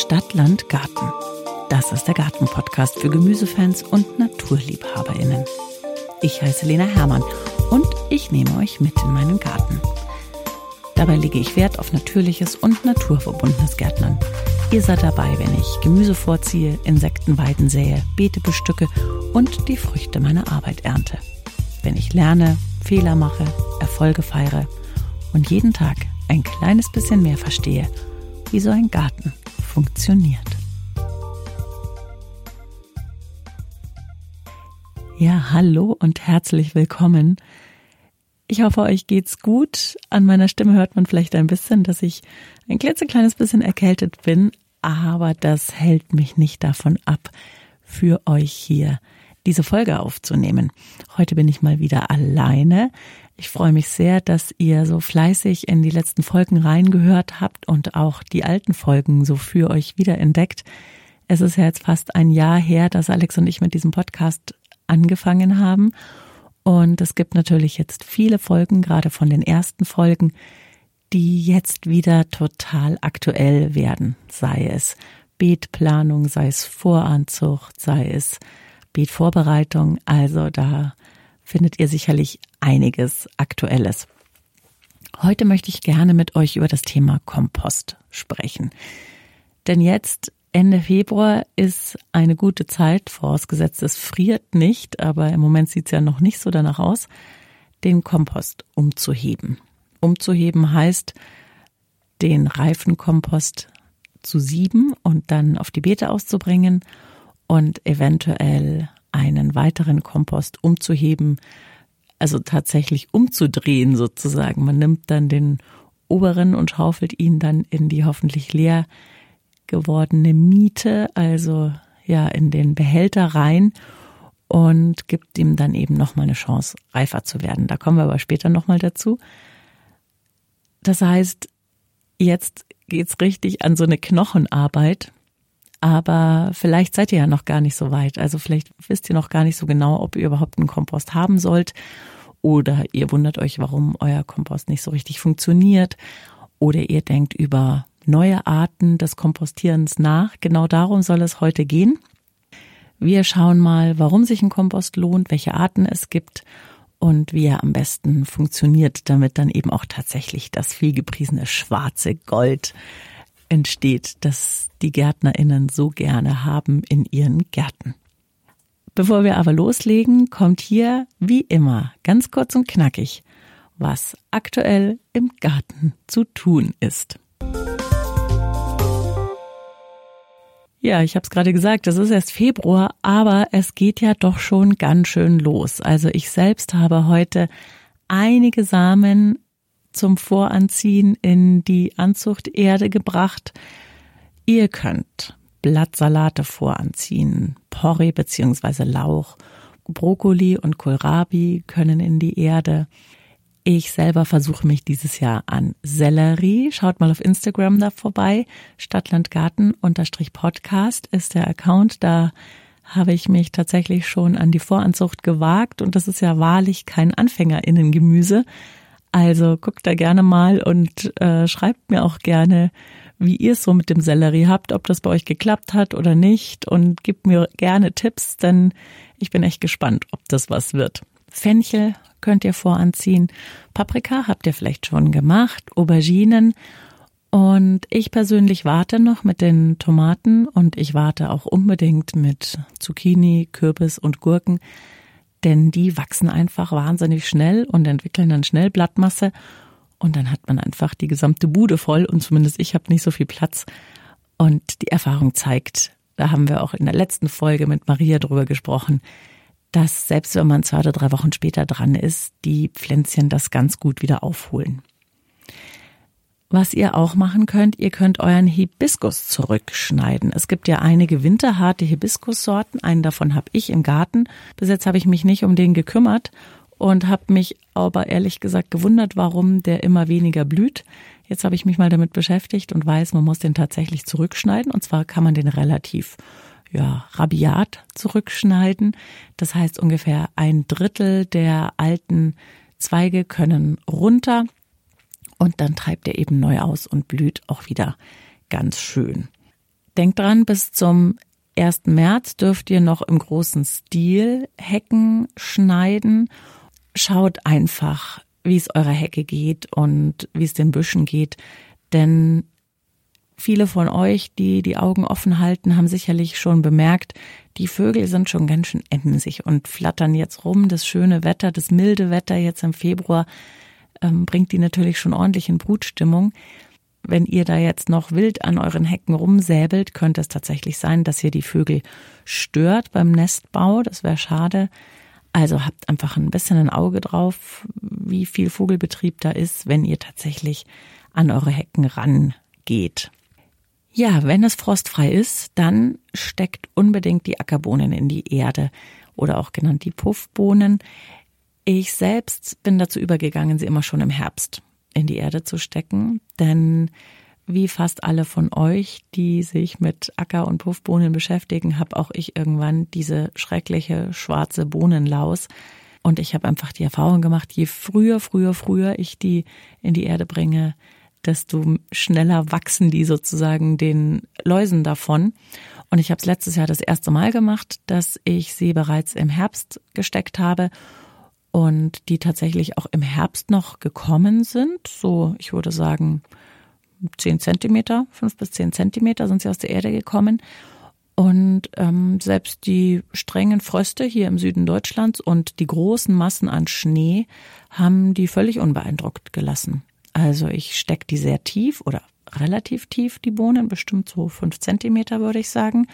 Stadt, Land, Garten. Das ist der Garten-Podcast für Gemüsefans und NaturliebhaberInnen. Ich heiße Lena Hermann und ich nehme euch mit in meinen Garten. Dabei lege ich Wert auf natürliches und naturverbundenes Gärtnern. Ihr seid dabei, wenn ich Gemüse vorziehe, Insektenweiden sähe, Beete bestücke und die Früchte meiner Arbeit ernte. Wenn ich lerne, Fehler mache, Erfolge feiere und jeden Tag ein kleines bisschen mehr verstehe, wie so ein Garten funktioniert. Ja, hallo und herzlich willkommen. Ich hoffe, euch geht's gut. An meiner Stimme hört man vielleicht ein bisschen, dass ich ein klitzekleines bisschen erkältet bin, aber das hält mich nicht davon ab, für euch hier diese Folge aufzunehmen. Heute bin ich mal wieder alleine. Ich freue mich sehr, dass ihr so fleißig in die letzten Folgen reingehört habt und auch die alten Folgen so für euch wiederentdeckt. Es ist ja jetzt fast ein Jahr her, dass Alex und ich mit diesem Podcast angefangen haben. Und es gibt natürlich jetzt viele Folgen, gerade von den ersten Folgen, die jetzt wieder total aktuell werden. Sei es Beetplanung, sei es Voranzucht, sei es Beetvorbereitung. Also da findet ihr sicherlich einiges Aktuelles. Heute möchte ich gerne mit euch über das Thema Kompost sprechen. Denn jetzt, Ende Februar, ist eine gute Zeit, vorausgesetzt es friert nicht, aber im Moment sieht es ja noch nicht so danach aus, den Kompost umzuheben. Umzuheben heißt, den reifen Kompost zu sieben und dann auf die Beete auszubringen und eventuell einen weiteren Kompost umzuheben, also tatsächlich umzudrehen sozusagen. Man nimmt dann den oberen und schaufelt ihn dann in die hoffentlich leer gewordene Miete, also ja in den Behälter rein und gibt ihm dann eben nochmal eine Chance, reifer zu werden. Da kommen wir aber später nochmal dazu. Das heißt, jetzt geht's richtig an so eine Knochenarbeit. Aber vielleicht seid ihr ja noch gar nicht so weit. Also vielleicht wisst ihr noch gar nicht so genau, ob ihr überhaupt einen Kompost haben sollt. Oder ihr wundert euch, warum euer Kompost nicht so richtig funktioniert. Oder ihr denkt über neue Arten des Kompostierens nach. Genau darum soll es heute gehen. Wir schauen mal, warum sich ein Kompost lohnt, welche Arten es gibt und wie er am besten funktioniert, damit dann eben auch tatsächlich das vielgepriesene schwarze Gold entsteht, das die GärtnerInnen so gerne haben in ihren Gärten. Bevor wir aber loslegen, kommt hier wie immer ganz kurz und knackig, was aktuell im Garten zu tun ist. Ja, ich habe es gerade gesagt, es ist erst Februar, aber es geht ja doch schon ganz schön los. Also ich selbst habe heute einige Samen zum Voranziehen in die Anzuchterde gebracht. Ihr könnt Blattsalate voranziehen, Porree bzw. Lauch, Brokkoli und Kohlrabi können in die Erde. Ich selber versuche mich dieses Jahr an Sellerie. Schaut mal auf Instagram da vorbei. Stadtlandgarten_Podcast ist der Account. Da habe ich mich tatsächlich schon an die Voranzucht gewagt. Und das ist ja wahrlich kein AnfängerInnen-Gemüse. Also guckt da gerne mal und schreibt mir auch gerne, wie ihr es so mit dem Sellerie habt, ob das bei euch geklappt hat oder nicht. Und gebt mir gerne Tipps, denn ich bin echt gespannt, ob das was wird. Fenchel könnt ihr voranziehen. Paprika habt ihr vielleicht schon gemacht. Auberginen. Und ich persönlich warte noch mit den Tomaten und ich warte auch unbedingt mit Zucchini, Kürbis und Gurken. Denn die wachsen einfach wahnsinnig schnell und entwickeln dann schnell Blattmasse. Und dann hat man einfach die gesamte Bude voll und zumindest ich habe nicht so viel Platz. Und die Erfahrung zeigt, da haben wir auch in der letzten Folge mit Maria drüber gesprochen, dass selbst wenn man 2 oder 3 Wochen später dran ist, die Pflänzchen das ganz gut wieder aufholen. Was ihr auch machen könnt, ihr könnt euren Hibiskus zurückschneiden. Es gibt ja einige winterharte Hibiskussorten, einen davon habe ich im Garten. Bis jetzt habe ich mich nicht um den gekümmert und habe mich aber ehrlich gesagt gewundert, warum der immer weniger blüht. Jetzt habe ich mich mal damit beschäftigt und weiß, man muss den tatsächlich zurückschneiden. Und zwar kann man den relativ rabiat zurückschneiden. Das heißt, ungefähr 1/3 der alten Zweige können runter. Und dann treibt er eben neu aus und blüht auch wieder ganz schön. Denkt dran, bis zum 1. März dürft ihr noch im großen Stil Hecken schneiden. Schaut einfach, wie es eurer Hecke geht und wie es den Büschen geht, denn viele von euch, die die Augen offen halten, haben sicherlich schon bemerkt, die Vögel sind schon ganz schön emsig und flattern jetzt rum. Das schöne Wetter, das milde Wetter jetzt im Februar bringt die natürlich schon ordentlich in Brutstimmung. Wenn ihr da jetzt noch wild an euren Hecken rumsäbelt, könnte es tatsächlich sein, dass ihr die Vögel stört beim Nestbau. Das wäre schade. Also habt einfach ein bisschen ein Auge drauf, wie viel Vogelbetrieb da ist, wenn ihr tatsächlich an eure Hecken rangeht. Ja, wenn es frostfrei ist, dann steckt unbedingt die Ackerbohnen in die Erde oder auch genannt die Puffbohnen. Ich selbst bin dazu übergegangen, sie immer schon im Herbst in die Erde zu stecken, denn wie fast alle von euch, die sich mit Acker- und Puffbohnen beschäftigen, habe auch ich irgendwann diese schreckliche schwarze Bohnenlaus. Und ich habe einfach die Erfahrung gemacht, je früher ich die in die Erde bringe, desto schneller wachsen die sozusagen den Läusen davon. Und ich habe es letztes Jahr das erste Mal gemacht, dass ich sie bereits im Herbst gesteckt habe und die tatsächlich auch im Herbst noch gekommen sind. So, ich würde sagen, 10 Zentimeter, 5 bis 10 Zentimeter sind sie aus der Erde gekommen. Und selbst die strengen Fröste hier im Süden Deutschlands und die großen Massen an Schnee haben die völlig unbeeindruckt gelassen. Also ich stecke die sehr tief oder relativ tief, die Bohnen, bestimmt so 5 Zentimeter würde ich sagen.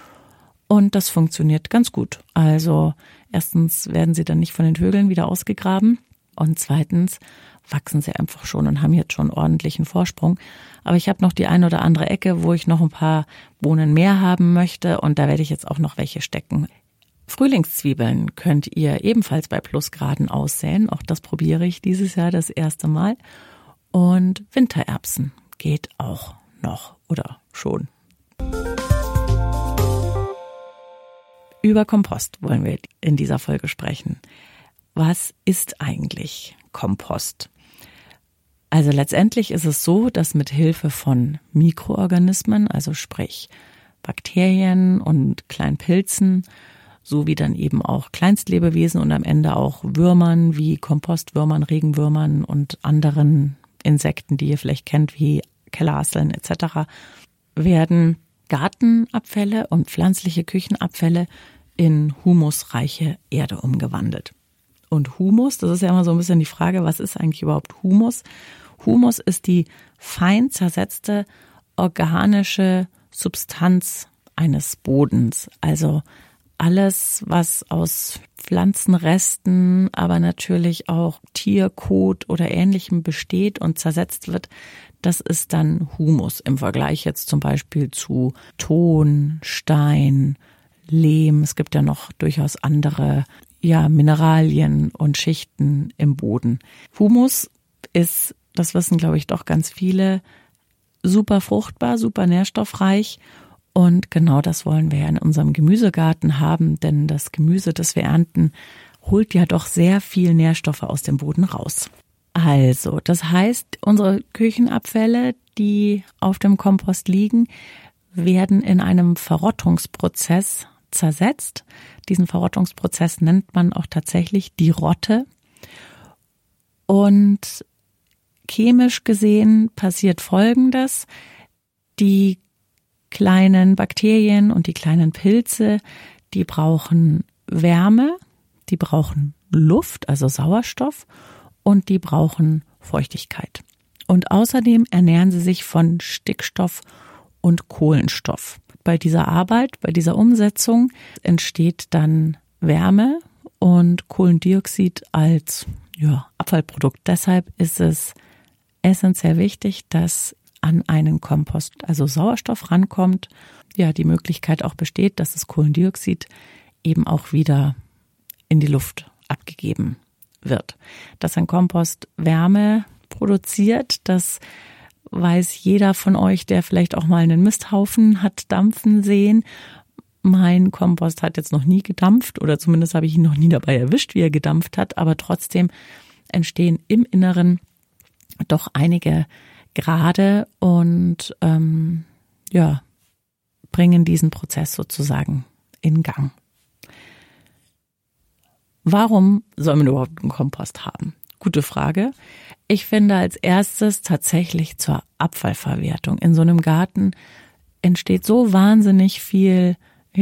Und das funktioniert ganz gut. Also erstens werden sie dann nicht von den Vögeln wieder ausgegraben und zweitens wachsen sie einfach schon und haben jetzt schon ordentlichen Vorsprung. Aber ich habe noch die eine oder andere Ecke, wo ich noch ein paar Bohnen mehr haben möchte und da werde ich jetzt auch noch welche stecken. Frühlingszwiebeln könnt ihr ebenfalls bei Plusgraden aussäen. Auch das probiere ich dieses Jahr das erste Mal. Und Wintererbsen geht auch noch oder schon. Über Kompost wollen wir in dieser Folge sprechen. Was ist eigentlich Kompost? Also letztendlich ist es so, dass mit Hilfe von Mikroorganismen, also sprich Bakterien und kleinen Pilzen, sowie dann eben auch Kleinstlebewesen und am Ende auch Würmern wie Kompostwürmern, Regenwürmern und anderen Insekten, die ihr vielleicht kennt, wie Kellerasseln etc., werden Gartenabfälle und pflanzliche Küchenabfälle in humusreiche Erde umgewandelt. Und Humus, das ist ja immer so ein bisschen die Frage, was ist eigentlich überhaupt Humus? Humus ist die fein zersetzte organische Substanz eines Bodens, also alles, was aus Pflanzenresten, aber natürlich auch Tierkot oder Ähnlichem besteht und zersetzt wird, das ist dann Humus im Vergleich jetzt zum Beispiel zu Ton, Stein, Lehm. Es gibt ja noch durchaus andere Mineralien und Schichten im Boden. Humus ist, das wissen glaube ich doch ganz viele, super fruchtbar, super nährstoffreich. Und genau das wollen wir ja in unserem Gemüsegarten haben, denn das Gemüse, das wir ernten, holt ja doch sehr viel Nährstoffe aus dem Boden raus. Also, das heißt, unsere Küchenabfälle, die auf dem Kompost liegen, werden in einem Verrottungsprozess zersetzt. Diesen Verrottungsprozess nennt man auch tatsächlich die Rotte. Und chemisch gesehen passiert Folgendes: Die kleinen Bakterien und die kleinen Pilze, die brauchen Wärme, die brauchen Luft, also Sauerstoff, und die brauchen Feuchtigkeit. Und außerdem ernähren sie sich von Stickstoff und Kohlenstoff. Bei dieser Arbeit, bei dieser Umsetzung entsteht dann Wärme und Kohlendioxid als Abfallprodukt. Deshalb ist es essentiell wichtig, dass an einen Kompost, also Sauerstoff rankommt, die Möglichkeit auch besteht, dass das Kohlendioxid eben auch wieder in die Luft abgegeben wird. Dass ein Kompost Wärme produziert, das weiß jeder von euch, der vielleicht auch mal einen Misthaufen hat dampfen sehen. Mein Kompost hat jetzt noch nie gedampft oder zumindest habe ich ihn noch nie dabei erwischt, wie er gedampft hat, aber trotzdem entstehen im Inneren doch einige Grade und bringen diesen Prozess sozusagen in Gang. Warum soll man überhaupt einen Kompost haben? Gute Frage. Ich finde als erstes tatsächlich zur Abfallverwertung. In so einem Garten entsteht so wahnsinnig viel,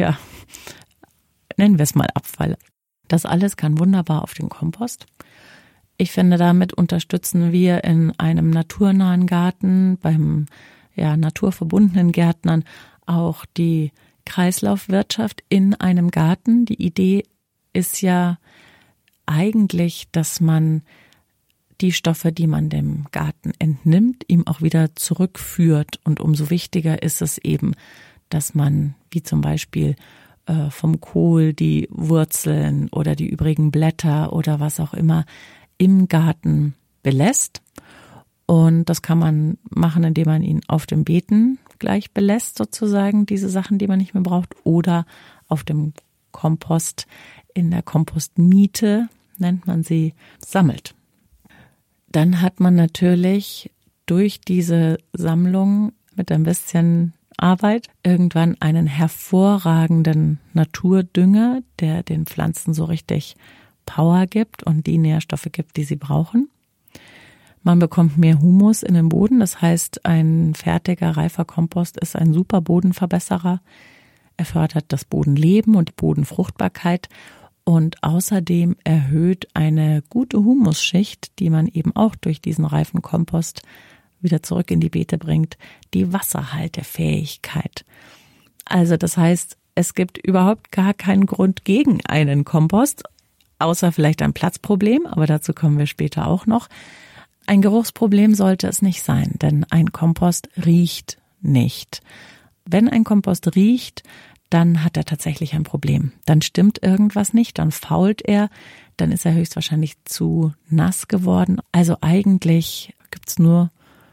nennen wir es mal Abfall. Das alles kann wunderbar auf den Kompost. Ich finde, damit unterstützen wir in einem naturnahen Garten, beim naturverbundenen Gärtnern auch die Kreislaufwirtschaft in einem Garten. Die Idee ist ja eigentlich, dass man die Stoffe, die man dem Garten entnimmt, ihm auch wieder zurückführt. Und umso wichtiger ist es eben, dass man, wie zum Beispiel vom Kohl, die Wurzeln oder die übrigen Blätter oder was auch immer im Garten belässt. Und das kann man machen, indem man ihn auf dem Beeten gleich belässt, sozusagen, diese Sachen, die man nicht mehr braucht, oder auf dem Kompost, in der Kompostmiete, nennt man sie, sammelt. Dann hat man natürlich durch diese Sammlung mit ein bisschen Arbeit irgendwann einen hervorragenden Naturdünger, der den Pflanzen so richtig Power gibt und die Nährstoffe gibt, die sie brauchen. Man bekommt mehr Humus in den Boden, das heißt, ein fertiger, reifer Kompost ist ein super Bodenverbesserer. Er fördert das Bodenleben und die Bodenfruchtbarkeit und außerdem erhöht eine gute Humusschicht, die man eben auch durch diesen reifen Kompost wieder zurück in die Beete bringt, die Wasserhaltefähigkeit. Also das heißt, es gibt überhaupt gar keinen Grund gegen einen Kompost, außer vielleicht ein Platzproblem, aber dazu kommen wir später auch noch. Ein Geruchsproblem sollte es nicht sein, denn ein Kompost riecht nicht. Wenn ein Kompost riecht, dann hat er tatsächlich ein Problem. Dann stimmt irgendwas nicht, dann fault er, dann ist er höchstwahrscheinlich zu nass geworden. Also eigentlich gibt's nur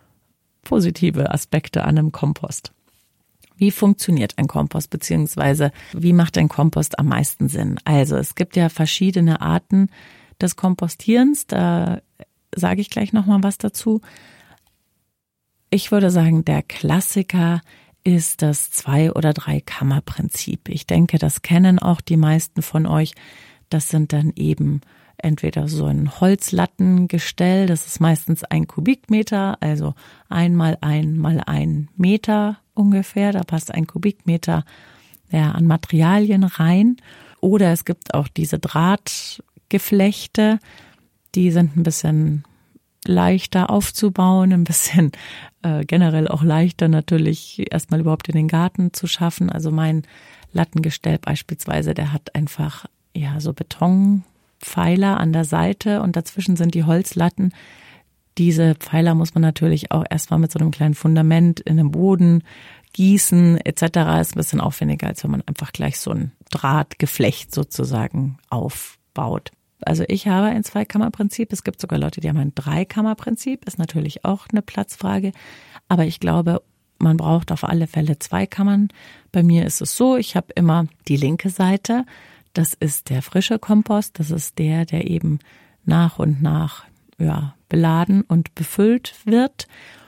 positive Aspekte an einem Kompost. Wie funktioniert ein Kompost, beziehungsweise wie macht ein Kompost am meisten Sinn? Also es gibt ja verschiedene Arten des Kompostierens, da sage ich gleich nochmal was dazu. Ich würde sagen, der Klassiker ist das 2- oder 3-Kammer-Prinzip. Ich denke, das kennen auch die meisten von euch. Das sind dann eben entweder so ein Holzlattengestell, das ist meistens 1 Kubikmeter, also 1 mal 1 mal 1 Meter ungefähr. Da passt 1 Kubikmeter an Materialien rein. Oder es gibt auch diese Drahtgeflechte, die sind ein bisschen leichter aufzubauen, ein bisschen generell auch leichter natürlich erstmal überhaupt in den Garten zu schaffen. Also mein Lattengestell beispielsweise, der hat einfach so Betonpfeiler an der Seite und dazwischen sind die Holzlatten. Diese Pfeiler muss man natürlich auch erstmal mit so einem kleinen Fundament in den Boden gießen etc. Ist ein bisschen aufwendiger, als wenn man einfach gleich so ein Drahtgeflecht sozusagen aufbaut. Also ich habe ein 2-Kammer-Prinzip. Es gibt sogar Leute, die haben ein 3-Kammer-Prinzip. Ist natürlich auch eine Platzfrage. Aber ich glaube, man braucht auf alle Fälle 2 Kammern. Bei mir ist es so, ich habe immer die linke Seite. Das ist der frische Kompost. Das ist der eben nach und nach beladen und befüllt wird.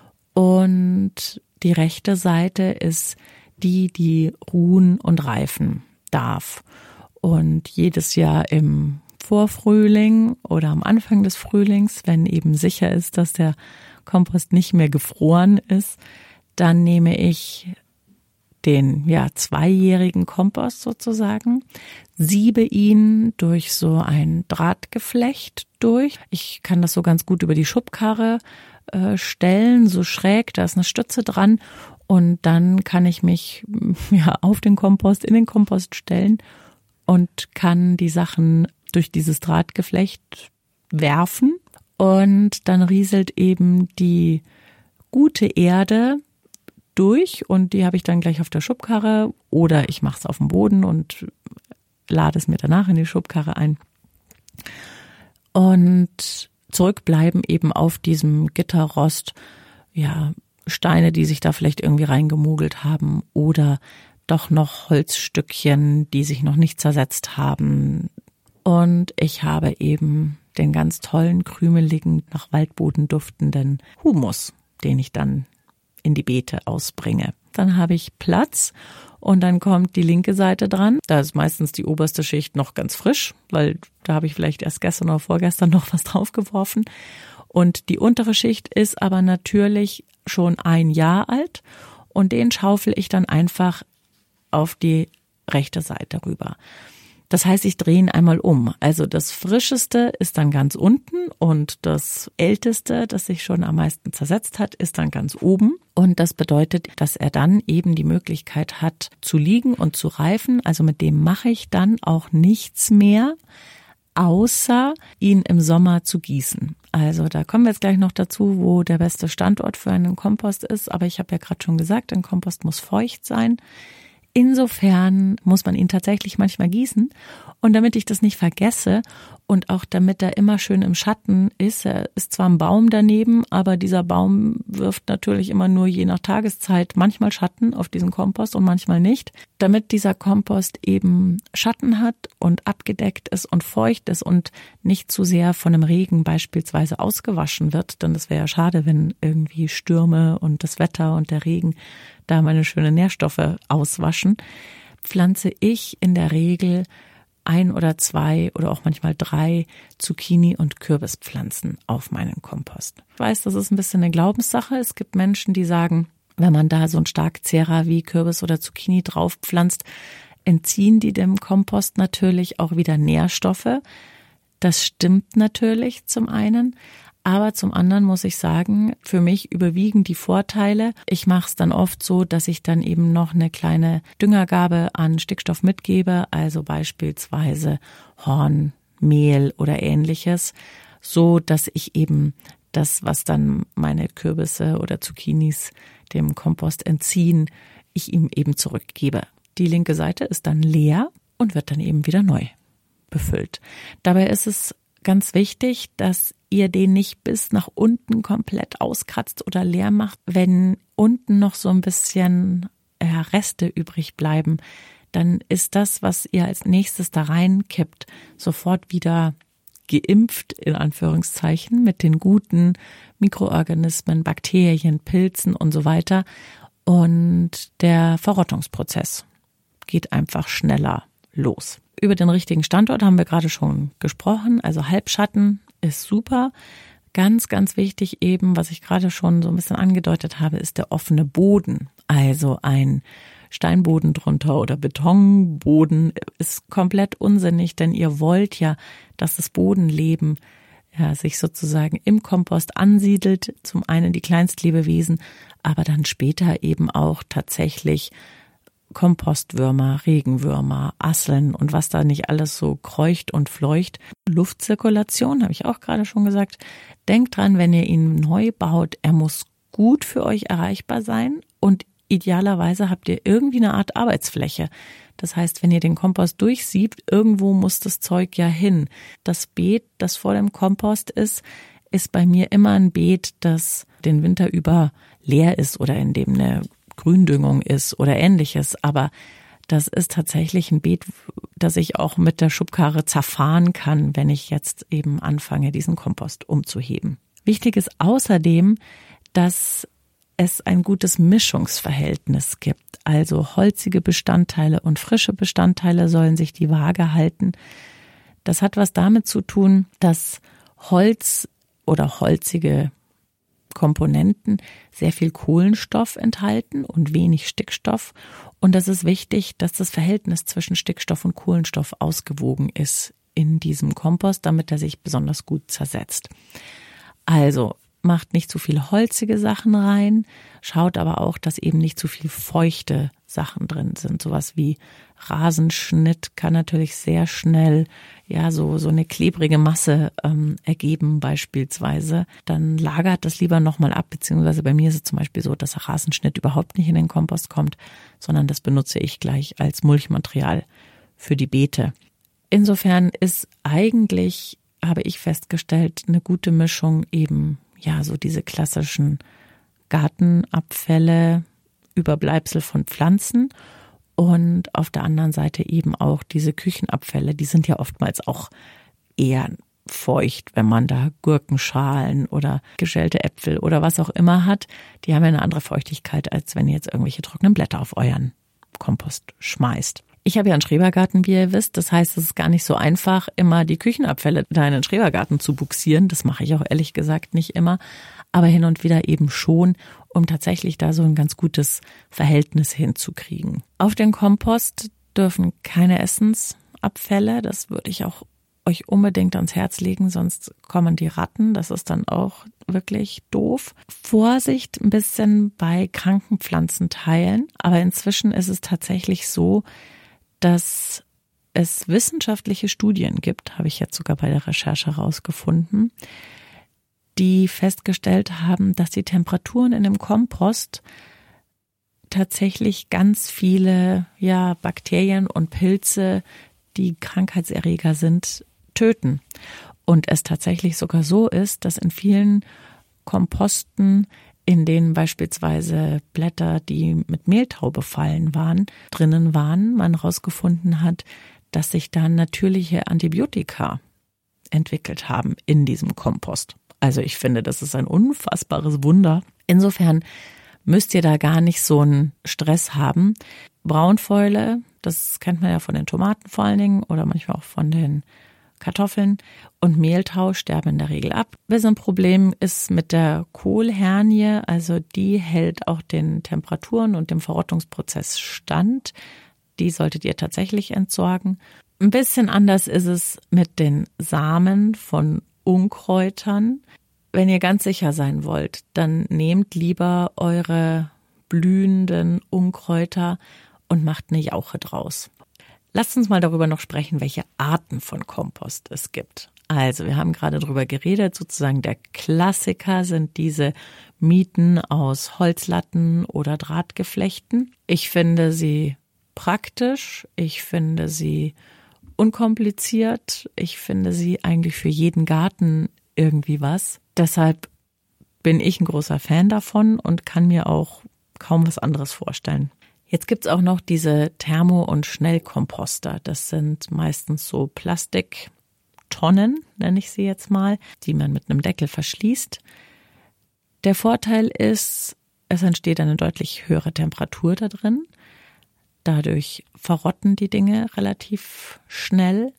Und die rechte Seite ist die ruhen und reifen darf. Und jedes Jahr im Vorfrühling oder am Anfang des Frühlings, wenn eben sicher ist, dass der Kompost nicht mehr gefroren ist, dann nehme ich den 2-jährigen Kompost sozusagen, siebe ihn durch so ein Drahtgeflecht durch. Ich kann das so ganz gut über die Schubkarre stellen, so schräg, da ist eine Stütze dran und dann kann ich mich auf den Kompost, in den Kompost stellen und kann die Sachen durch dieses Drahtgeflecht werfen und dann rieselt eben die gute Erde durch und die habe ich dann gleich auf der Schubkarre oder ich mache es auf dem Boden und lade es mir danach in die Schubkarre ein. Und zurückbleiben eben auf diesem Gitterrost Steine, die sich da vielleicht irgendwie reingemogelt haben oder doch noch Holzstückchen, die sich noch nicht zersetzt haben. Und ich habe eben den ganz tollen, krümeligen, nach Waldboden duftenden Humus, den ich dann in die Beete ausbringe. dann habe ich Platz und dann kommt die linke Seite dran. Da ist meistens die oberste Schicht noch ganz frisch, weil da habe ich vielleicht erst gestern oder vorgestern noch was draufgeworfen. Und die untere Schicht ist aber natürlich schon 1 Jahr alt und den schaufel ich dann einfach auf die rechte Seite rüber. Das heißt, ich drehe ihn einmal um. Also das Frischeste ist dann ganz unten und das Älteste, das sich schon am meisten zersetzt hat, ist dann ganz oben. Und das bedeutet, dass er dann eben die Möglichkeit hat zu liegen und zu reifen. Also mit dem mache ich dann auch nichts mehr, außer ihn im Sommer zu gießen. Also da kommen wir jetzt gleich noch dazu, wo der beste Standort für einen Kompost ist. Aber ich habe ja gerade schon gesagt, ein Kompost muss feucht sein. Insofern muss man ihn tatsächlich manchmal gießen. Und damit ich das nicht vergesse und auch damit er immer schön im Schatten ist, er ist zwar ein Baum daneben, aber dieser Baum wirft natürlich immer nur je nach Tageszeit manchmal Schatten auf diesen Kompost und manchmal nicht. Damit dieser Kompost eben Schatten hat und abgedeckt ist und feucht ist und nicht zu sehr von dem Regen beispielsweise ausgewaschen wird, denn das wäre ja schade, wenn irgendwie Stürme und das Wetter und der Regen da meine schönen Nährstoffe auswaschen, pflanze ich in der Regel 1 oder 2 oder auch manchmal 3 Zucchini- und Kürbispflanzen auf meinen Kompost. Ich weiß, das ist ein bisschen eine Glaubenssache. Es gibt Menschen, die sagen, wenn man da so einen Starkzehrer wie Kürbis oder Zucchini drauf pflanzt, entziehen die dem Kompost natürlich auch wieder Nährstoffe. Das stimmt natürlich zum einen. Aber zum anderen muss ich sagen, für mich überwiegen die Vorteile. Ich mache es dann oft so, dass ich dann eben noch eine kleine Düngergabe an Stickstoff mitgebe, also beispielsweise Horn, Mehl oder Ähnliches, so dass ich eben das, was dann meine Kürbisse oder Zucchinis dem Kompost entziehen, ich ihm eben zurückgebe. Die linke Seite ist dann leer und wird dann eben wieder neu befüllt. Dabei ist es ganz wichtig, dass ihr den nicht bis nach unten komplett auskratzt oder leer macht. Wenn unten noch so ein bisschen Reste übrig bleiben, dann ist das, was ihr als nächstes da reinkippt, sofort wieder geimpft, in Anführungszeichen, mit den guten Mikroorganismen, Bakterien, Pilzen und so weiter. Und der Verrottungsprozess geht einfach schneller los. Über den richtigen Standort haben wir gerade schon gesprochen. Also Halbschatten ist super. Ganz, ganz wichtig eben, was ich gerade schon so ein bisschen angedeutet habe, ist der offene Boden. Also ein Steinboden drunter oder Betonboden ist komplett unsinnig, denn ihr wollt ja, dass das Bodenleben sich sozusagen im Kompost ansiedelt. Zum einen die Kleinstlebewesen, aber dann später eben auch tatsächlich Kompostwürmer, Regenwürmer, Asseln und was da nicht alles so kreucht und fleucht. Luftzirkulation, habe ich auch gerade schon gesagt. Denkt dran, wenn ihr ihn neu baut, er muss gut für euch erreichbar sein und idealerweise habt ihr irgendwie eine Art Arbeitsfläche. Das heißt, wenn ihr den Kompost durchsiebt, irgendwo muss das Zeug ja hin. Das Beet, das vor dem Kompost ist bei mir immer ein Beet, das den Winter über leer ist oder in dem eine Gründüngung ist oder Ähnliches. Aber das ist tatsächlich ein Beet, das ich auch mit der Schubkarre zerfahren kann, wenn ich jetzt eben anfange, diesen Kompost umzuheben. Wichtig ist außerdem, dass es ein gutes Mischungsverhältnis gibt. Also holzige Bestandteile und frische Bestandteile sollen sich die Waage halten. Das hat was damit zu tun, dass Holz oder holzige Komponenten sehr viel Kohlenstoff enthalten und wenig Stickstoff. Und das ist wichtig, dass das Verhältnis zwischen Stickstoff und Kohlenstoff ausgewogen ist in diesem Kompost, damit er sich besonders gut zersetzt. Also macht nicht zu viel holzige Sachen rein, schaut aber auch, dass eben nicht zu viel feuchte Sachen drin sind. Sowas wie Rasenschnitt kann natürlich sehr schnell so eine klebrige Masse ergeben beispielsweise. Dann lagert das lieber nochmal ab, beziehungsweise bei mir ist es zum Beispiel so, dass Rasenschnitt überhaupt nicht in den Kompost kommt, sondern das benutze ich gleich als Mulchmaterial für die Beete. Insofern ist eigentlich, habe ich festgestellt, eine gute Mischung eben so diese klassischen Gartenabfälle, Überbleibsel von Pflanzen und auf der anderen Seite eben auch diese Küchenabfälle, die sind ja oftmals auch eher feucht, wenn man da Gurkenschalen oder geschälte Äpfel oder was auch immer hat. Die haben ja eine andere Feuchtigkeit, als wenn ihr jetzt irgendwelche trockenen Blätter auf euren Kompost schmeißt. Ich habe ja einen Schrebergarten, wie ihr wisst. Das heißt, es ist gar nicht so einfach, immer die Küchenabfälle da in den Schrebergarten zu buxieren. Das mache ich auch ehrlich gesagt nicht immer. Aber hin und wieder eben schon, um tatsächlich da so ein ganz gutes Verhältnis hinzukriegen. Auf den Kompost dürfen keine Essensabfälle. Das würde ich auch euch unbedingt ans Herz legen, sonst kommen die Ratten. Das ist dann auch wirklich doof. Vorsicht ein bisschen bei kranken Pflanzenteilen. Aber inzwischen ist es tatsächlich so, dass es wissenschaftliche Studien gibt, habe ich jetzt sogar bei der Recherche herausgefunden, die festgestellt haben, dass die Temperaturen in dem Kompost tatsächlich ganz viele Bakterien und Pilze, die Krankheitserreger sind, töten. Und es tatsächlich sogar so ist, dass in vielen Komposten, in denen beispielsweise Blätter, die mit Mehltau befallen waren, drinnen waren, man herausgefunden hat, dass sich da natürliche Antibiotika entwickelt haben in diesem Kompost. Also ich finde, das ist ein unfassbares Wunder. Insofern müsst ihr da gar nicht so einen Stress haben. Braunfäule, das kennt man ja von den Tomaten vor allen Dingen oder manchmal auch von den Kartoffeln, und Mehltau sterben in der Regel ab. Ein bisschen ein Problem ist mit der Kohlhernie, also die hält auch den Temperaturen und dem Verrottungsprozess stand. Die solltet ihr tatsächlich entsorgen. Ein bisschen anders ist es mit den Samen von Unkräutern. Wenn ihr ganz sicher sein wollt, dann nehmt lieber eure blühenden Unkräuter und macht eine Jauche draus. Lasst uns mal darüber noch sprechen, welche Arten von Kompost es gibt. Also, wir haben gerade darüber geredet, sozusagen der Klassiker sind diese Mieten aus Holzlatten oder Drahtgeflechten. Ich finde sie praktisch, ich finde sie unkompliziert, ich finde sie eigentlich für jeden Garten irgendwie was. Deshalb bin ich ein großer Fan davon und kann mir auch kaum was anderes vorstellen. Jetzt gibt's auch noch diese Thermo- und Schnellkomposter. Das sind meistens so Plastiktonnen, nenne ich sie jetzt mal, die man mit einem Deckel verschließt. Der Vorteil ist, es entsteht eine deutlich höhere Temperatur da drin. Dadurch verrotten die Dinge relativ schnell.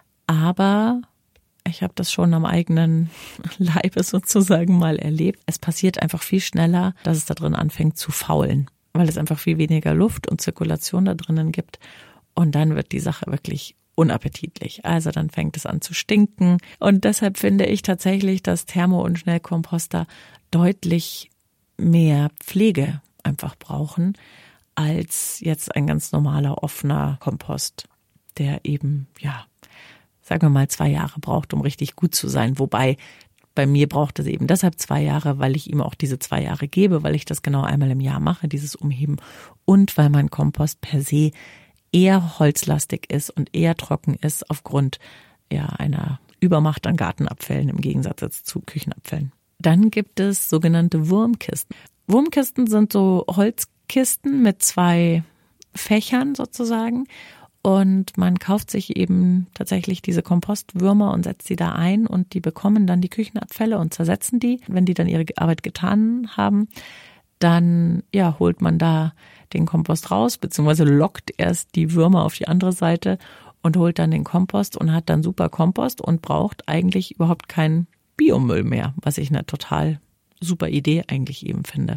Aber ich habe das schon am eigenen Leibe sozusagen mal erlebt. Es passiert einfach viel schneller, dass es da drin anfängt zu faulen, weil es einfach viel weniger Luft und Zirkulation da drinnen gibt. Und dann wird die Sache wirklich unappetitlich. Also dann fängt es an zu stinken. Und deshalb finde ich tatsächlich, dass Thermo- und Schnellkomposter deutlich mehr Pflege einfach brauchen als jetzt ein ganz normaler offener Kompost, der eben, sagen wir mal 2 Jahre braucht, um richtig gut zu sein. Wobei bei mir braucht es eben deshalb 2 Jahre, weil ich ihm auch diese 2 Jahre gebe, weil ich das genau einmal im Jahr mache, dieses Umheben, und weil mein Kompost per se eher holzlastig ist und eher trocken ist aufgrund einer Übermacht an Gartenabfällen im Gegensatz jetzt zu Küchenabfällen. Dann gibt es sogenannte Wurmkisten. Wurmkisten sind so Holzkisten mit 2 Fächern sozusagen. Und man kauft sich eben tatsächlich diese Kompostwürmer und setzt sie da ein und die bekommen dann die Küchenabfälle und zersetzen die. Wenn die dann ihre Arbeit getan haben, dann holt man da den Kompost raus, beziehungsweise lockt erst die Würmer auf die andere Seite und holt dann den Kompost und hat dann super Kompost und braucht eigentlich überhaupt keinen Biomüll mehr, was ich eine total super Idee eigentlich eben finde.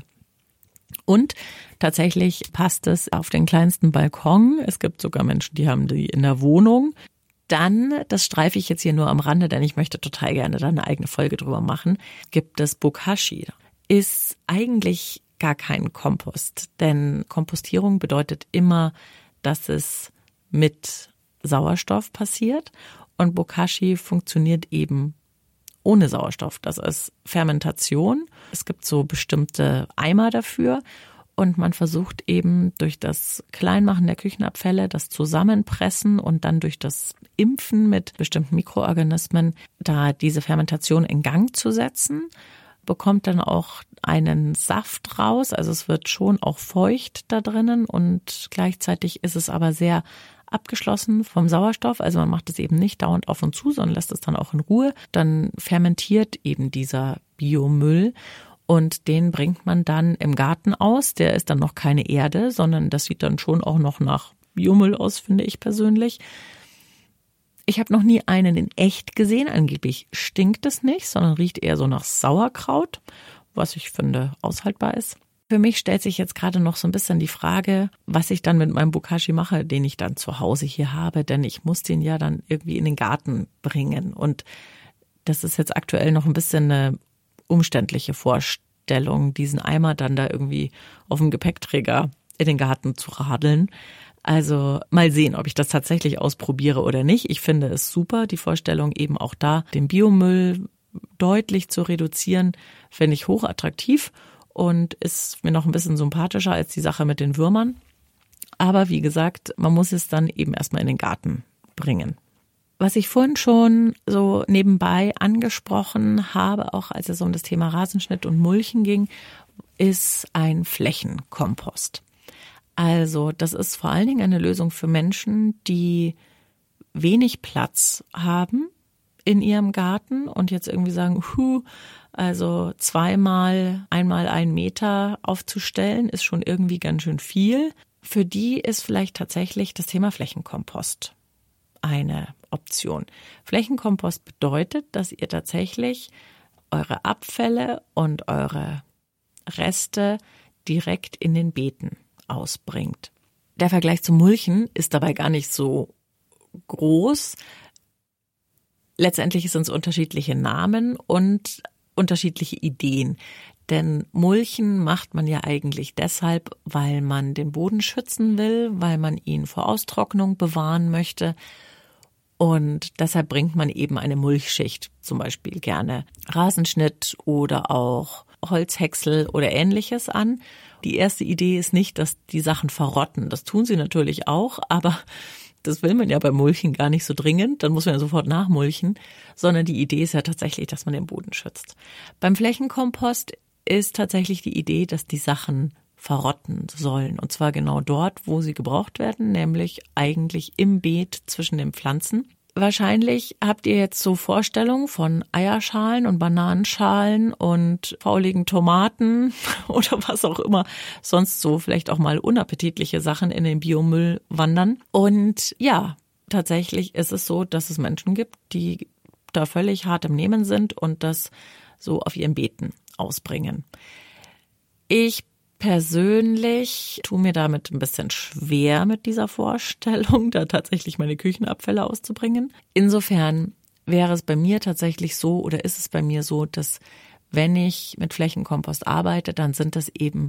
Und tatsächlich passt es auf den kleinsten Balkon. Es gibt sogar Menschen, die haben die in der Wohnung. Dann, das streife ich jetzt hier nur am Rande, denn ich möchte total gerne da eine eigene Folge drüber machen, gibt es Bokashi. Ist eigentlich gar kein Kompost, denn Kompostierung bedeutet immer, dass es mit Sauerstoff passiert und Bokashi funktioniert eben ohne Sauerstoff. Das ist Fermentation. Es gibt so bestimmte Eimer dafür und man versucht eben durch das Kleinmachen der Küchenabfälle, das Zusammenpressen und dann durch das Impfen mit bestimmten Mikroorganismen da diese Fermentation in Gang zu setzen, bekommt dann auch einen Saft raus. Also es wird schon auch feucht da drinnen und gleichzeitig ist es aber sehr abgeschlossen vom Sauerstoff. Also man macht es eben nicht dauernd auf und zu, sondern lässt es dann auch in Ruhe. Dann fermentiert eben dieser Biomüll und den bringt man dann im Garten aus. Der ist dann noch keine Erde, sondern das sieht dann schon auch noch nach Biomüll aus, finde ich persönlich. Ich habe noch nie einen in echt gesehen. Angeblich stinkt es nicht, sondern riecht eher so nach Sauerkraut, was ich finde aushaltbar ist. Für mich stellt sich jetzt gerade noch so ein bisschen die Frage, was ich dann mit meinem Bokashi mache, den ich dann zu Hause hier habe, denn ich muss den ja dann irgendwie in den Garten bringen. Und das ist jetzt aktuell noch ein bisschen eine umständliche Vorstellung, diesen Eimer dann da irgendwie auf dem Gepäckträger in den Garten zu radeln. Also mal sehen, ob ich das tatsächlich ausprobiere oder nicht. Ich finde es super, die Vorstellung eben auch da, den Biomüll deutlich zu reduzieren, finde ich hochattraktiv und ist mir noch ein bisschen sympathischer als die Sache mit den Würmern. Aber wie gesagt, man muss es dann eben erstmal in den Garten bringen. Was ich vorhin schon so nebenbei angesprochen habe, auch als es um das Thema Rasenschnitt und Mulchen ging, ist ein Flächenkompost. Also das ist vor allen Dingen eine Lösung für Menschen, die wenig Platz haben in ihrem Garten und jetzt irgendwie sagen, also einmal 1 Meter aufzustellen, ist schon irgendwie ganz schön viel. Für die ist vielleicht tatsächlich das Thema Flächenkompost eine Option. Flächenkompost bedeutet, dass ihr tatsächlich eure Abfälle und eure Reste direkt in den Beeten ausbringt. Der Vergleich zum Mulchen ist dabei gar nicht so groß. Letztendlich sind es unterschiedliche Namen und unterschiedliche Ideen. Denn Mulchen macht man ja eigentlich deshalb, weil man den Boden schützen will, weil man ihn vor Austrocknung bewahren möchte. Und deshalb bringt man eben eine Mulchschicht, zum Beispiel gerne Rasenschnitt oder auch Holzhäcksel oder Ähnliches an. Die erste Idee ist nicht, dass die Sachen verrotten. Das tun sie natürlich auch, aber das will man ja beim Mulchen gar nicht so dringend. Dann muss man ja sofort nachmulchen, sondern die Idee ist ja tatsächlich, dass man den Boden schützt. Beim Flächenkompost ist tatsächlich die Idee, dass die Sachen verrotten sollen. Und zwar genau dort, wo sie gebraucht werden, nämlich eigentlich im Beet zwischen den Pflanzen. Wahrscheinlich habt ihr jetzt so Vorstellungen von Eierschalen und Bananenschalen und fauligen Tomaten oder was auch immer sonst so vielleicht auch mal unappetitliche Sachen in den Biomüll wandern. Und ja, tatsächlich ist es so, dass es Menschen gibt, die da völlig hart im Nehmen sind und das so auf ihren Beeten ausbringen. Ich persönlich tue mir damit ein bisschen schwer mit dieser Vorstellung, da tatsächlich meine Küchenabfälle auszubringen. Insofern wäre es bei mir tatsächlich so oder ist es bei mir so, dass wenn ich mit Flächenkompost arbeite, dann sind das eben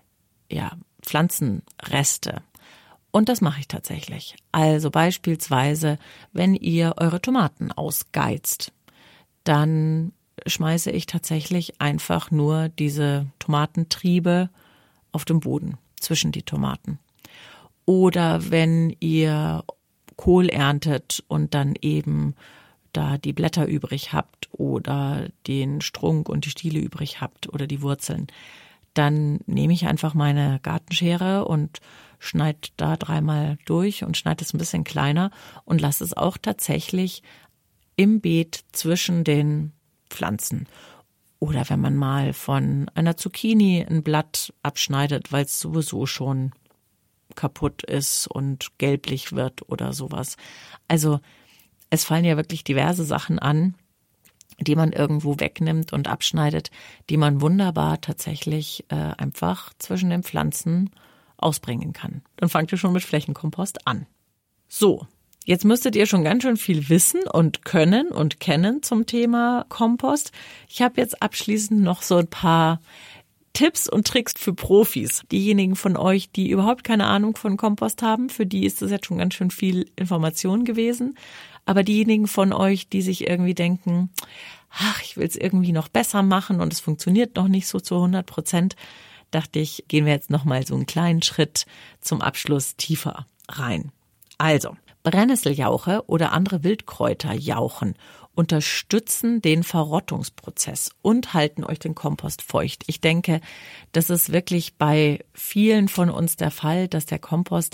Pflanzenreste. Und das mache ich tatsächlich. Also beispielsweise, wenn ihr eure Tomaten ausgeizt, dann schmeiße ich tatsächlich einfach nur diese Tomatentriebe auf dem Boden zwischen die Tomaten. Oder wenn ihr Kohl erntet und dann eben da die Blätter übrig habt oder den Strunk und die Stiele übrig habt oder die Wurzeln, dann nehme ich einfach meine Gartenschere und schneide da 3-mal durch und schneide es ein bisschen kleiner und lasse es auch tatsächlich im Beet zwischen den Pflanzen. Oder wenn man mal von einer Zucchini ein Blatt abschneidet, weil es sowieso schon kaputt ist und gelblich wird oder sowas. Also es fallen ja wirklich diverse Sachen an, die man irgendwo wegnimmt und abschneidet, die man wunderbar tatsächlich einfach zwischen den Pflanzen ausbringen kann. Dann fangt ihr schon mit Flächenkompost an. So. Jetzt müsstet ihr schon ganz schön viel wissen und können und kennen zum Thema Kompost. Ich habe jetzt abschließend noch so ein paar Tipps und Tricks für Profis. Diejenigen von euch, die überhaupt keine Ahnung von Kompost haben, für die ist das jetzt schon ganz schön viel Information gewesen. Aber diejenigen von euch, die sich irgendwie denken, ich will es irgendwie noch besser machen und es funktioniert noch nicht so zu 100%, dachte ich, gehen wir jetzt noch mal so einen kleinen Schritt zum Abschluss tiefer rein. Also, Brennnesseljauche oder andere Wildkräuterjauchen unterstützen den Verrottungsprozess und halten euch den Kompost feucht. Ich denke, das ist wirklich bei vielen von uns der Fall, dass der Kompost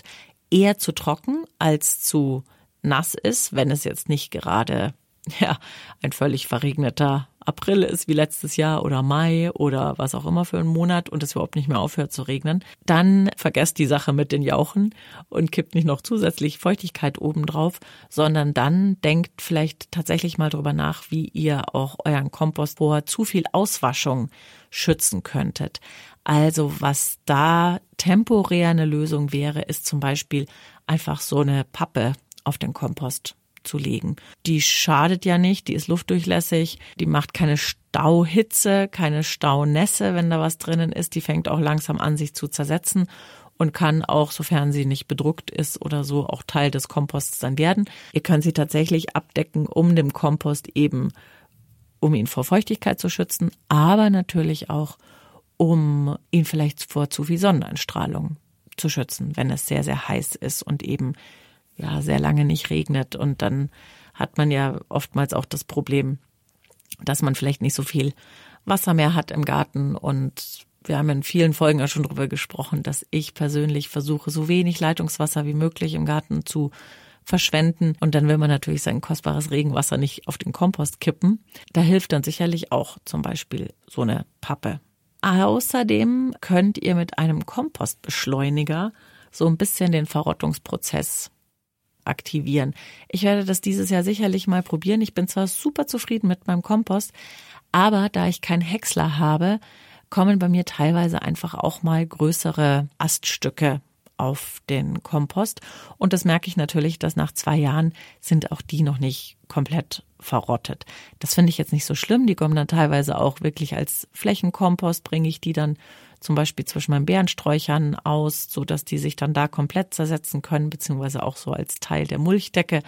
eher zu trocken als zu nass ist, wenn es jetzt nicht gerade ein völlig verregneter April ist wie letztes Jahr oder Mai oder was auch immer für einen Monat und es überhaupt nicht mehr aufhört zu regnen, dann vergesst die Sache mit den Jauchen und kippt nicht noch zusätzlich Feuchtigkeit obendrauf, sondern dann denkt vielleicht tatsächlich mal drüber nach, wie ihr auch euren Kompost vor zu viel Auswaschung schützen könntet. Also was da temporär eine Lösung wäre, ist zum Beispiel einfach so eine Pappe auf den Kompost zu legen. Die schadet ja nicht, die ist luftdurchlässig, die macht keine Stauhitze, keine Staunässe, wenn da was drinnen ist. Die fängt auch langsam an, sich zu zersetzen und kann auch, sofern sie nicht bedruckt ist oder so, auch Teil des Komposts dann werden. Ihr könnt sie tatsächlich abdecken, um den Kompost eben, um ihn vor Feuchtigkeit zu schützen, aber natürlich auch, um ihn vielleicht vor zu viel Sonneneinstrahlung zu schützen, wenn es sehr, sehr heiß ist und eben sehr lange nicht regnet. Und dann hat man ja oftmals auch das Problem, dass man vielleicht nicht so viel Wasser mehr hat im Garten. Und wir haben in vielen Folgen ja schon darüber gesprochen, dass ich persönlich versuche, so wenig Leitungswasser wie möglich im Garten zu verschwenden. Und dann will man natürlich sein kostbares Regenwasser nicht auf den Kompost kippen. Da hilft dann sicherlich auch zum Beispiel so eine Pappe. Außerdem könnt ihr mit einem Kompostbeschleuniger so ein bisschen den Verrottungsprozess aktivieren. Ich werde das dieses Jahr sicherlich mal probieren. Ich bin zwar super zufrieden mit meinem Kompost, aber da ich keinen Häcksler habe, kommen bei mir teilweise einfach auch mal größere Aststücke auf den Kompost. Und das merke ich natürlich, dass nach 2 Jahren sind auch die noch nicht komplett verrottet. Das finde ich jetzt nicht so schlimm. Die kommen dann teilweise auch wirklich als Flächenkompost, bringe ich die dann zum Beispiel zwischen meinen Beerensträuchern aus, so dass die sich dann da komplett zersetzen können, beziehungsweise auch so als Teil der Mulchdecke.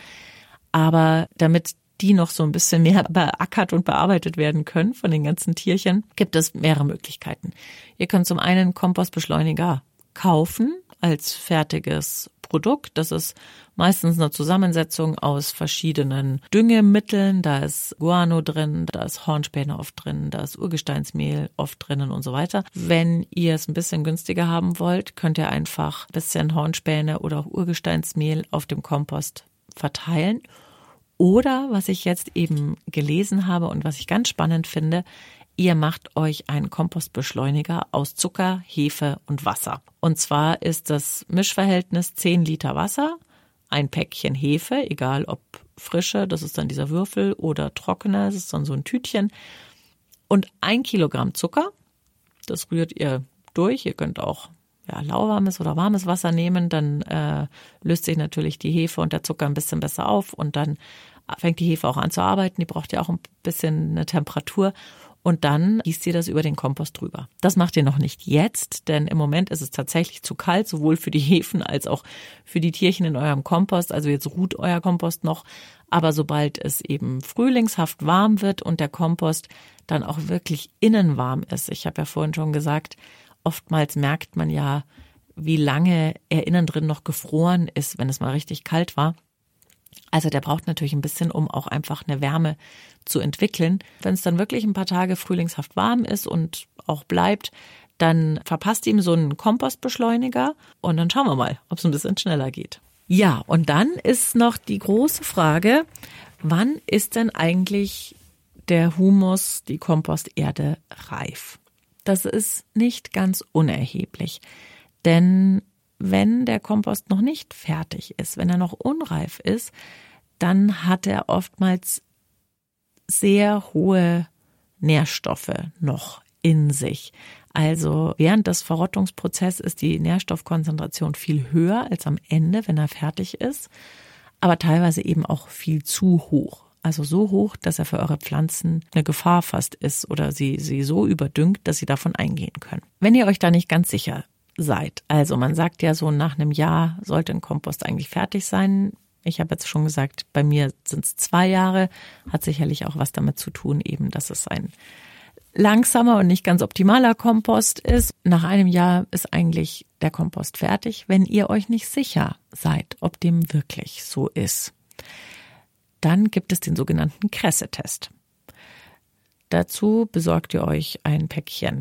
Aber damit die noch so ein bisschen mehr beackert und bearbeitet werden können von den ganzen Tierchen, gibt es mehrere Möglichkeiten. Ihr könnt zum einen Kompostbeschleuniger kaufen als fertiges Produkt. Das ist meistens eine Zusammensetzung aus verschiedenen Düngemitteln. Da ist Guano drin, da ist Hornspäne oft drin, da ist Urgesteinsmehl oft drinnen und so weiter. Wenn ihr es ein bisschen günstiger haben wollt, könnt ihr einfach ein bisschen Hornspäne oder auch Urgesteinsmehl auf dem Kompost verteilen. Oder, was ich jetzt eben gelesen habe und was ich ganz spannend finde, ihr macht euch einen Kompostbeschleuniger aus Zucker, Hefe und Wasser. Und zwar ist das Mischverhältnis 10 Liter Wasser, ein Päckchen Hefe, egal ob frische, das ist dann dieser Würfel, oder trockene, das ist dann so ein Tütchen, und 1 Kilogramm Zucker. Das rührt ihr durch. Ihr könnt auch lauwarmes oder warmes Wasser nehmen, dann löst sich natürlich die Hefe und der Zucker ein bisschen besser auf und dann fängt die Hefe auch an zu arbeiten. Die braucht ja auch ein bisschen eine Temperatur. Und dann gießt ihr das über den Kompost drüber. Das macht ihr noch nicht jetzt, denn im Moment ist es tatsächlich zu kalt, sowohl für die Hefen als auch für die Tierchen in eurem Kompost. Also jetzt ruht euer Kompost noch. Aber sobald es eben frühlingshaft warm wird und der Kompost dann auch wirklich innen warm ist, ich habe ja vorhin schon gesagt, oftmals merkt man ja, wie lange er innen drin noch gefroren ist, wenn es mal richtig kalt war. Also der braucht natürlich ein bisschen, um auch einfach eine Wärme zu entwickeln. Wenn es dann wirklich ein paar Tage frühlingshaft warm ist und auch bleibt, dann verpasst ihm so einen Kompostbeschleuniger und dann schauen wir mal, ob es ein bisschen schneller geht. Ja, und dann ist noch die große Frage, wann ist denn eigentlich der Humus, die Komposterde reif? Das ist nicht ganz unerheblich, denn wenn der Kompost noch nicht fertig ist, wenn er noch unreif ist, dann hat er oftmals sehr hohe Nährstoffe noch in sich. Also während des Verrottungsprozesses ist die Nährstoffkonzentration viel höher als am Ende, wenn er fertig ist, aber teilweise eben auch viel zu hoch. Also so hoch, dass er für eure Pflanzen eine Gefahr fast ist oder sie so überdüngt, dass sie davon eingehen können. Wenn ihr euch da nicht ganz sicher seid, also man sagt ja so, nach einem Jahr sollte ein Kompost eigentlich fertig sein. Ich habe jetzt schon gesagt, bei mir sind es 2 Jahre, hat sicherlich auch was damit zu tun, eben, dass es ein langsamer und nicht ganz optimaler Kompost ist. Nach einem Jahr ist eigentlich der Kompost fertig, wenn ihr euch nicht sicher seid, ob dem wirklich so ist. Dann gibt es den sogenannten Kresse-Test. Dazu besorgt ihr euch ein Päckchen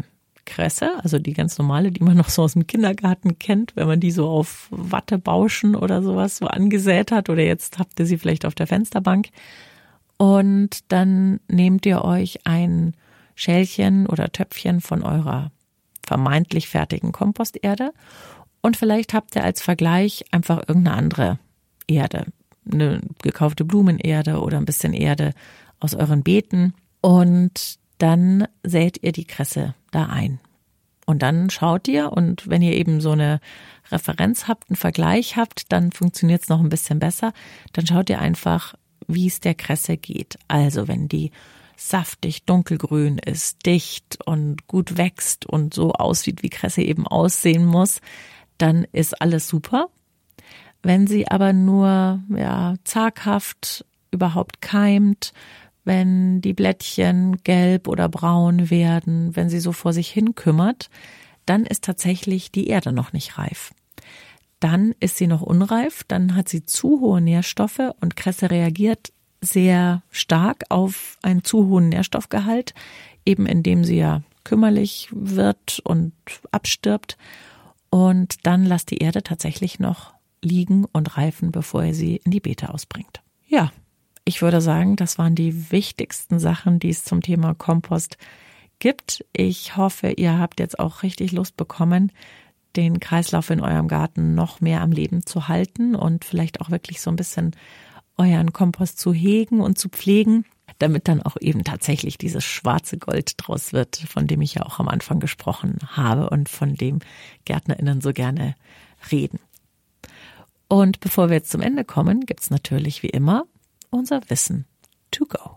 Kresse, also die ganz normale, die man noch so aus dem Kindergarten kennt, wenn man die so auf Wattebauschen oder sowas so angesät hat, oder jetzt habt ihr sie vielleicht auf der Fensterbank. Und dann nehmt ihr euch ein Schälchen oder Töpfchen von eurer vermeintlich fertigen Komposterde und vielleicht habt ihr als Vergleich einfach irgendeine andere Erde, eine gekaufte Blumenerde oder ein bisschen Erde aus euren Beeten, und dann sät ihr die Kresse da ein. Und dann schaut ihr, und wenn ihr eben so eine Referenz habt, einen Vergleich habt, dann funktioniert es noch ein bisschen besser. Dann schaut ihr einfach, wie es der Kresse geht. Also wenn die saftig, dunkelgrün ist, dicht und gut wächst und so aussieht, wie Kresse eben aussehen muss, dann ist alles super. Wenn sie aber nur zaghaft überhaupt keimt, wenn die Blättchen gelb oder braun werden, wenn sie so vor sich hin kümmert, dann ist tatsächlich die Erde noch nicht reif. Dann ist sie noch unreif, dann hat sie zu hohe Nährstoffe und Kresse reagiert sehr stark auf einen zu hohen Nährstoffgehalt, eben indem sie ja kümmerlich wird und abstirbt. Und dann lasst die Erde tatsächlich noch liegen und reifen, bevor ihr sie in die Beete ausbringt. Ja, ich würde sagen, das waren die wichtigsten Sachen, die es zum Thema Kompost gibt. Ich hoffe, ihr habt jetzt auch richtig Lust bekommen, den Kreislauf in eurem Garten noch mehr am Leben zu halten und vielleicht auch wirklich so ein bisschen euren Kompost zu hegen und zu pflegen, damit dann auch eben tatsächlich dieses schwarze Gold draus wird, von dem ich ja auch am Anfang gesprochen habe und von dem GärtnerInnen so gerne reden. Und bevor wir jetzt zum Ende kommen, gibt's natürlich wie immer unser Wissen to go.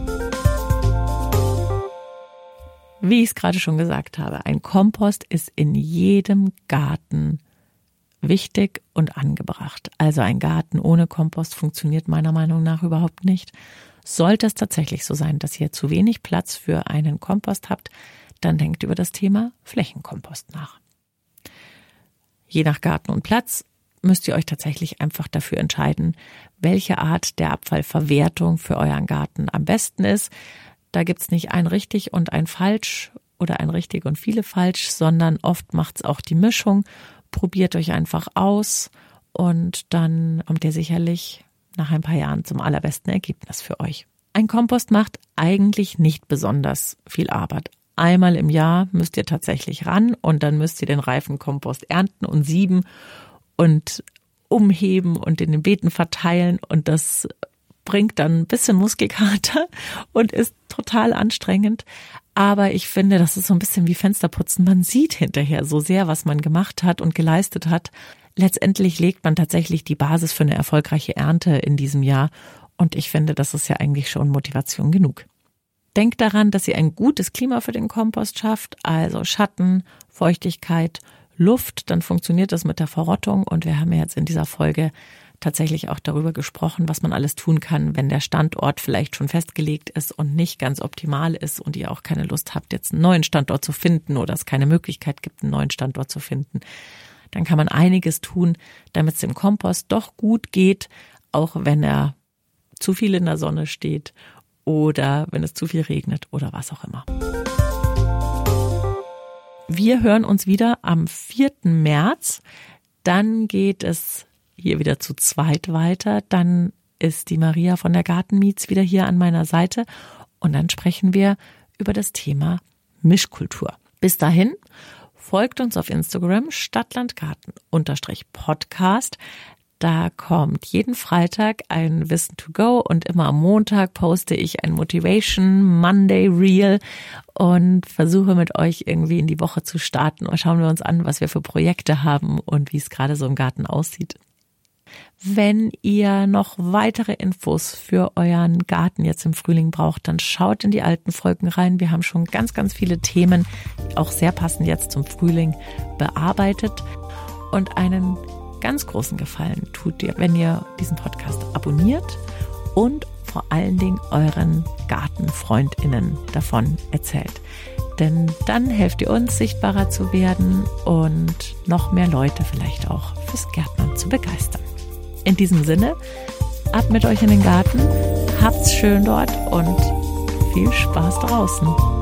Wie ich es gerade schon gesagt habe, ein Kompost ist in jedem Garten wichtig und angebracht. Also ein Garten ohne Kompost funktioniert meiner Meinung nach überhaupt nicht. Sollte es tatsächlich so sein, dass ihr zu wenig Platz für einen Kompost habt, dann denkt über das Thema Flächenkompost nach. Je nach Garten und Platz müsst ihr euch tatsächlich einfach dafür entscheiden, welche Art der Abfallverwertung für euren Garten am besten ist. Da gibt's nicht ein richtig und ein falsch oder ein richtig und viele falsch, sondern oft macht's auch die Mischung. Probiert euch einfach aus und dann kommt ihr sicherlich nach ein paar Jahren zum allerbesten Ergebnis für euch. Ein Kompost macht eigentlich nicht besonders viel Arbeit. Einmal im Jahr müsst ihr tatsächlich ran und dann müsst ihr den reifen Kompost ernten und sieben und umheben und in den Beeten verteilen, und das bringt dann ein bisschen Muskelkater und ist total anstrengend. Aber ich finde, das ist so ein bisschen wie Fensterputzen. Man sieht hinterher so sehr, was man gemacht hat und geleistet hat. Letztendlich legt man tatsächlich die Basis für eine erfolgreiche Ernte in diesem Jahr. Und ich finde, das ist ja eigentlich schon Motivation genug. Denkt daran, dass ihr ein gutes Klima für den Kompost schafft, also Schatten, Feuchtigkeit, Luft, dann funktioniert das mit der Verrottung. Und wir haben ja jetzt in dieser Folge tatsächlich auch darüber gesprochen, was man alles tun kann, wenn der Standort vielleicht schon festgelegt ist und nicht ganz optimal ist und ihr auch keine Lust habt, jetzt einen neuen Standort zu finden oder es keine Möglichkeit gibt, einen neuen Standort zu finden. Dann kann man einiges tun, damit es dem Kompost doch gut geht, auch wenn er zu viel in der Sonne steht oder wenn es zu viel regnet oder was auch immer. Wir hören uns wieder am 4. März. Dann geht es hier wieder zu zweit weiter. Dann ist die Maria von der Gartenmiets wieder hier an meiner Seite. Und dann sprechen wir über das Thema Mischkultur. Bis dahin, folgt uns auf Instagram stadtlandgarten_podcast. Da kommt jeden Freitag ein Wissen to go und immer am Montag poste ich ein Motivation Monday Reel und versuche mit euch irgendwie in die Woche zu starten. Und schauen wir uns an, was wir für Projekte haben und wie es gerade so im Garten aussieht. Wenn ihr noch weitere Infos für euren Garten jetzt im Frühling braucht, dann schaut in die alten Folgen rein. Wir haben schon ganz, ganz viele Themen, auch sehr passend jetzt zum Frühling, bearbeitet. Und einen ganz großen Gefallen tut ihr, wenn ihr diesen Podcast abonniert und vor allen Dingen euren GartenfreundInnen davon erzählt. Denn dann helft ihr uns, sichtbarer zu werden und noch mehr Leute vielleicht auch fürs Gärtnern zu begeistern. In diesem Sinne, ab mit euch in den Garten, habt's schön dort und viel Spaß draußen.